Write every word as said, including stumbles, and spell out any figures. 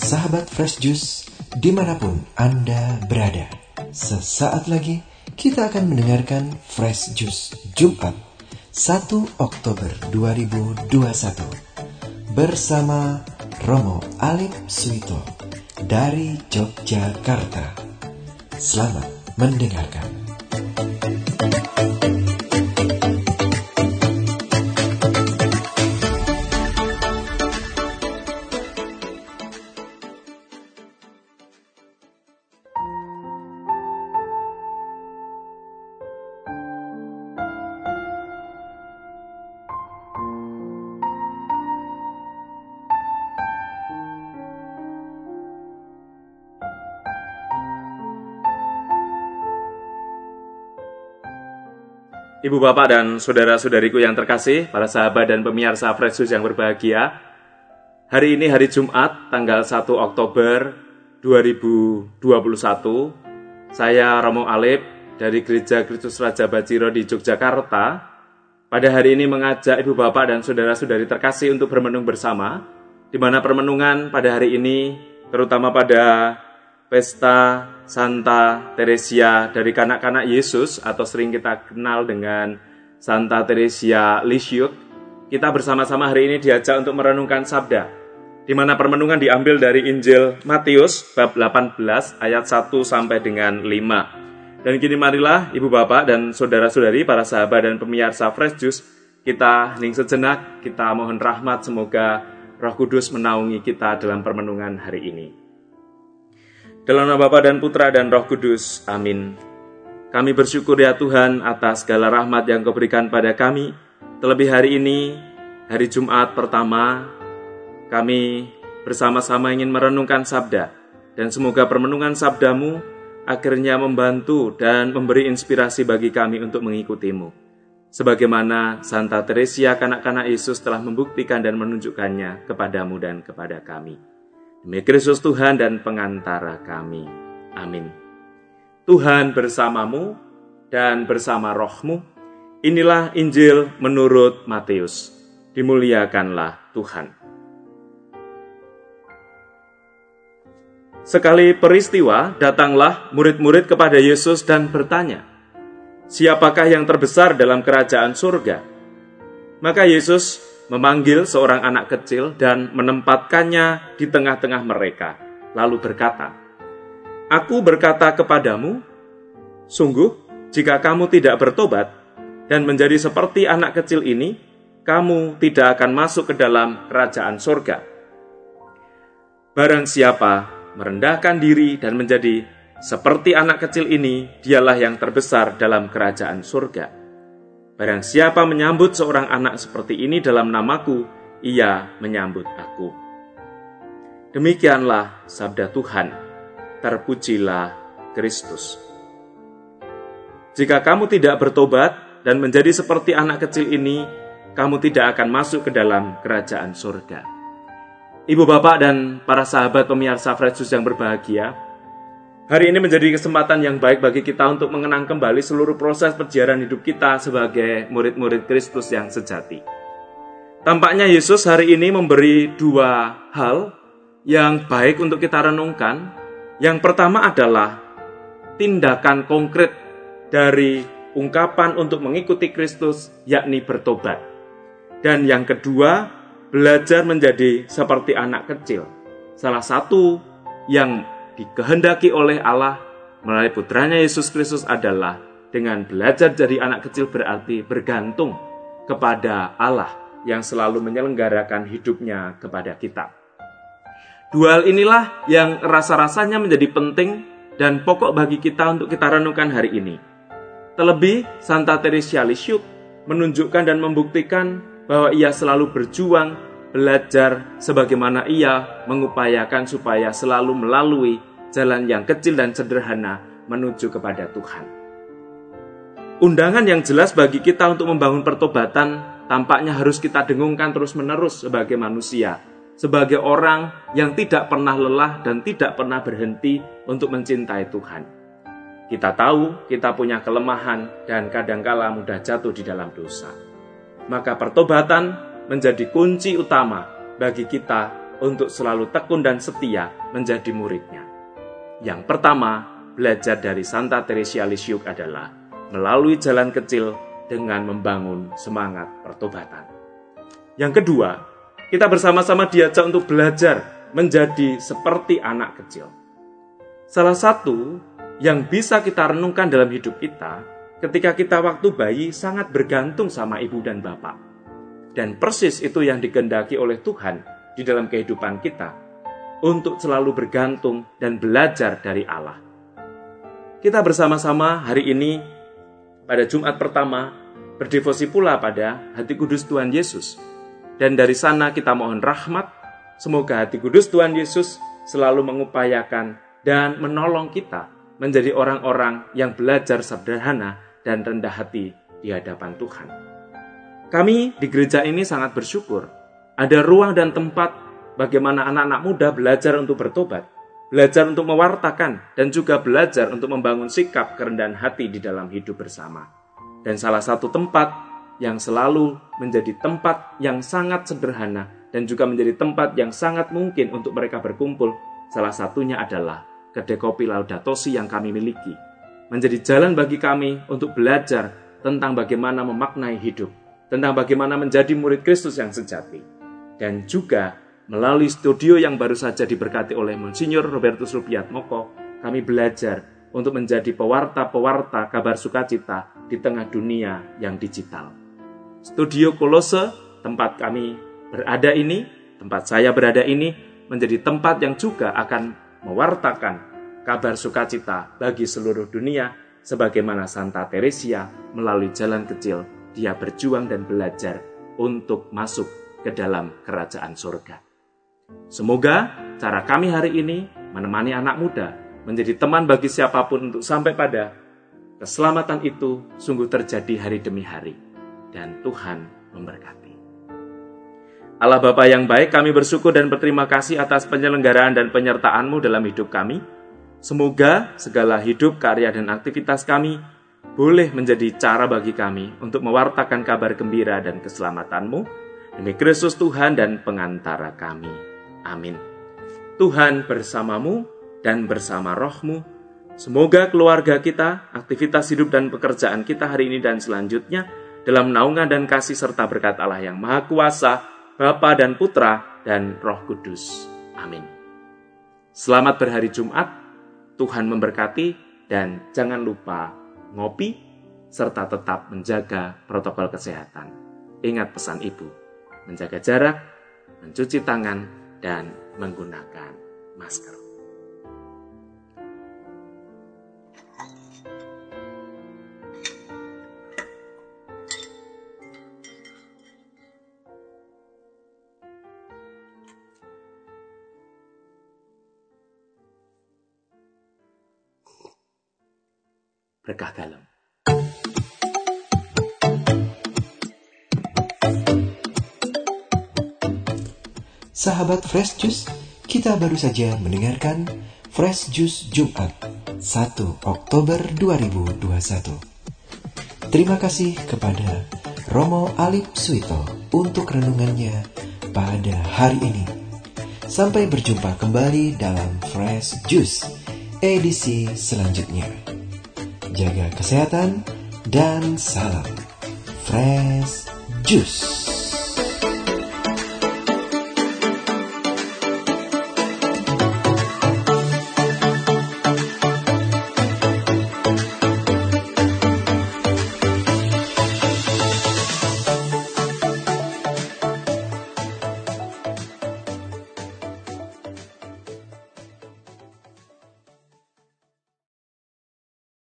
sahabat Fresh Juice, dimanapun Anda berada, sesaat lagi kita akan mendengarkan Fresh Juice Jumat satu Oktober dua ribu dua puluh satu bersama Romo Alip Suito dari Yogyakarta. Selamat mendengarkan. Ibu bapak dan saudara-saudariku yang terkasih, para sahabat dan pemirsa Fresh Juice yang berbahagia. Hari ini hari Jumat, tanggal satu Oktober dua ribu dua puluh satu. Saya Romo Alip dari Gereja Kristus Raja Baciro di Yogyakarta. Pada hari ini mengajak ibu bapak dan saudara-saudari terkasih untuk bermenung bersama, di mana permenungan pada hari ini, terutama pada Pesta Santa Teresia dari kanak-kanak Yesus atau sering kita kenal dengan Santa Teresia Lisieux, kita bersama-sama hari ini diajak untuk merenungkan sabda, di mana permenungan diambil dari Injil Matius bab delapan belas ayat satu sampai dengan lima. Dan kini marilah ibu bapak dan saudara-saudari, para sahabat dan pemirsa Fresh Juice, kita hening sejenak, kita mohon rahmat, semoga Roh Kudus menaungi kita dalam permenungan hari ini. Dalam nama Bapa dan Putra dan Roh Kudus, amin. Kami bersyukur ya Tuhan atas segala rahmat yang Kau berikan pada kami. Terlebih hari ini, hari Jumat pertama, kami bersama-sama ingin merenungkan sabda. Dan semoga permenungan sabdamu akhirnya membantu dan memberi inspirasi bagi kami untuk mengikutimu. Sebagaimana Santa Teresia kanak-kanak Yesus telah membuktikan dan menunjukkannya kepadamu dan kepada kami. Demi Kristus Tuhan dan pengantara kami. Amin. Tuhan bersamamu dan bersama rohmu. Inilah Injil menurut Matius. Dimuliakanlah Tuhan. Sekali peristiwa, datanglah murid-murid kepada Yesus dan bertanya, "Siapakah yang terbesar dalam kerajaan surga?" Maka Yesus memanggil seorang anak kecil dan menempatkannya di tengah-tengah mereka, lalu berkata, "Aku berkata kepadamu, sungguh, jika kamu tidak bertobat dan menjadi seperti anak kecil ini, kamu tidak akan masuk ke dalam kerajaan surga. Barang siapa merendahkan diri dan menjadi seperti anak kecil ini, dialah yang terbesar dalam kerajaan surga. Barang siapa menyambut seorang anak seperti ini dalam namaku, ia menyambut aku." Demikianlah sabda Tuhan. Terpujilah Kristus. Jika kamu tidak bertobat dan menjadi seperti anak kecil ini, kamu tidak akan masuk ke dalam kerajaan surga. Ibu bapak dan para sahabat pemirsa Fresh Juice yang berbahagia, hari ini menjadi kesempatan yang baik bagi kita untuk mengenang kembali seluruh proses perjalanan hidup kita sebagai murid-murid Kristus yang sejati. Tampaknya Yesus hari ini memberi dua hal yang baik untuk kita renungkan. Yang pertama adalah tindakan konkret dari ungkapan untuk mengikuti Kristus, yakni bertobat. Dan yang kedua, belajar menjadi seperti anak kecil. Salah satu yang dikehendaki oleh Allah melalui putranya Yesus Kristus adalah dengan belajar dari anak kecil berarti bergantung kepada Allah yang selalu menyelenggarakan hidupnya kepada kita. Dua hal inilah yang rasa-rasanya menjadi penting dan pokok bagi kita untuk kita renungkan hari ini. Terlebih, Santa Teresia Lisieux menunjukkan dan membuktikan bahwa ia selalu berjuang belajar sebagaimana ia mengupayakan supaya selalu melalui jalan yang kecil dan sederhana menuju kepada Tuhan. Undangan yang jelas bagi kita untuk membangun pertobatan tampaknya harus kita dengungkan terus-menerus sebagai manusia, sebagai orang yang tidak pernah lelah dan tidak pernah berhenti untuk mencintai Tuhan. Kita tahu kita punya kelemahan dan kadangkala mudah jatuh di dalam dosa. Maka pertobatan menjadi kunci utama bagi kita untuk selalu tekun dan setia menjadi muridnya. Yang pertama, belajar dari Santa Teresia Lisieux adalah melalui jalan kecil dengan membangun semangat pertobatan. Yang kedua, kita bersama-sama diajak untuk belajar menjadi seperti anak kecil. Salah satu yang bisa kita renungkan dalam hidup kita, ketika kita waktu bayi sangat bergantung sama ibu dan bapak. Dan persis itu yang dikehendaki oleh Tuhan di dalam kehidupan kita, untuk selalu bergantung dan belajar dari Allah. Kita bersama-sama hari ini pada Jumat pertama berdevosi pula pada Hati Kudus Tuhan Yesus. Dan dari sana kita mohon rahmat, semoga Hati Kudus Tuhan Yesus selalu mengupayakan dan menolong kita menjadi orang-orang yang belajar sederhana dan rendah hati di hadapan Tuhan. Kami di gereja ini sangat bersyukur ada ruang dan tempat bagaimana anak-anak muda belajar untuk bertobat, belajar untuk mewartakan, dan juga belajar untuk membangun sikap kerendahan hati di dalam hidup bersama. Dan salah satu tempat yang selalu menjadi tempat yang sangat sederhana dan juga menjadi tempat yang sangat mungkin untuk mereka berkumpul, salah satunya adalah Kedai Kopi Laudato Si yang kami miliki. Menjadi jalan bagi kami untuk belajar tentang bagaimana memaknai hidup, tentang bagaimana menjadi murid Kristus yang sejati. Dan juga melalui studio yang baru saja diberkati oleh Monsinyur Robertus Rupiatmoko, kami belajar untuk menjadi pewarta-pewarta kabar sukacita di tengah dunia yang digital. Studio Kolose, tempat kami berada ini, tempat saya berada ini, menjadi tempat yang juga akan mewartakan kabar sukacita bagi seluruh dunia, sebagaimana Santa Teresia melalui jalan kecil, dia berjuang dan belajar untuk masuk ke dalam kerajaan surga. Semoga cara kami hari ini menemani anak muda menjadi teman bagi siapapun untuk sampai pada keselamatan itu sungguh terjadi hari demi hari. Dan Tuhan memberkati. Allah Bapa yang baik, kami bersyukur dan berterima kasih atas penyelenggaraan dan penyertaan-Mu dalam hidup kami. Semoga segala hidup, karya, dan aktivitas kami boleh menjadi cara bagi kami untuk mewartakan kabar gembira dan keselamatan-Mu demi Kristus Tuhan dan pengantara kami. Amin. Tuhan bersamamu dan bersama roh-Mu. Semoga keluarga kita, aktivitas hidup dan pekerjaan kita hari ini dan selanjutnya dalam naungan dan kasih serta berkat Allah yang Maha Kuasa, Bapa dan Putra dan Roh Kudus. Amin. Selamat berhari Jumat. Tuhan memberkati dan jangan lupa ngopi serta tetap menjaga protokol kesehatan. Ingat pesan Ibu. Menjaga jarak, mencuci tangan, dan menggunakan masker. Berkah dalam. Sahabat Fresh Juice, kita baru saja mendengarkan Fresh Juice Jumat satu Oktober dua ribu dua puluh satu. Terima kasih kepada Romo Alip Suito untuk renungannya pada hari ini. Sampai berjumpa kembali dalam Fresh Juice edisi selanjutnya. Jaga kesehatan dan salam Fresh Juice.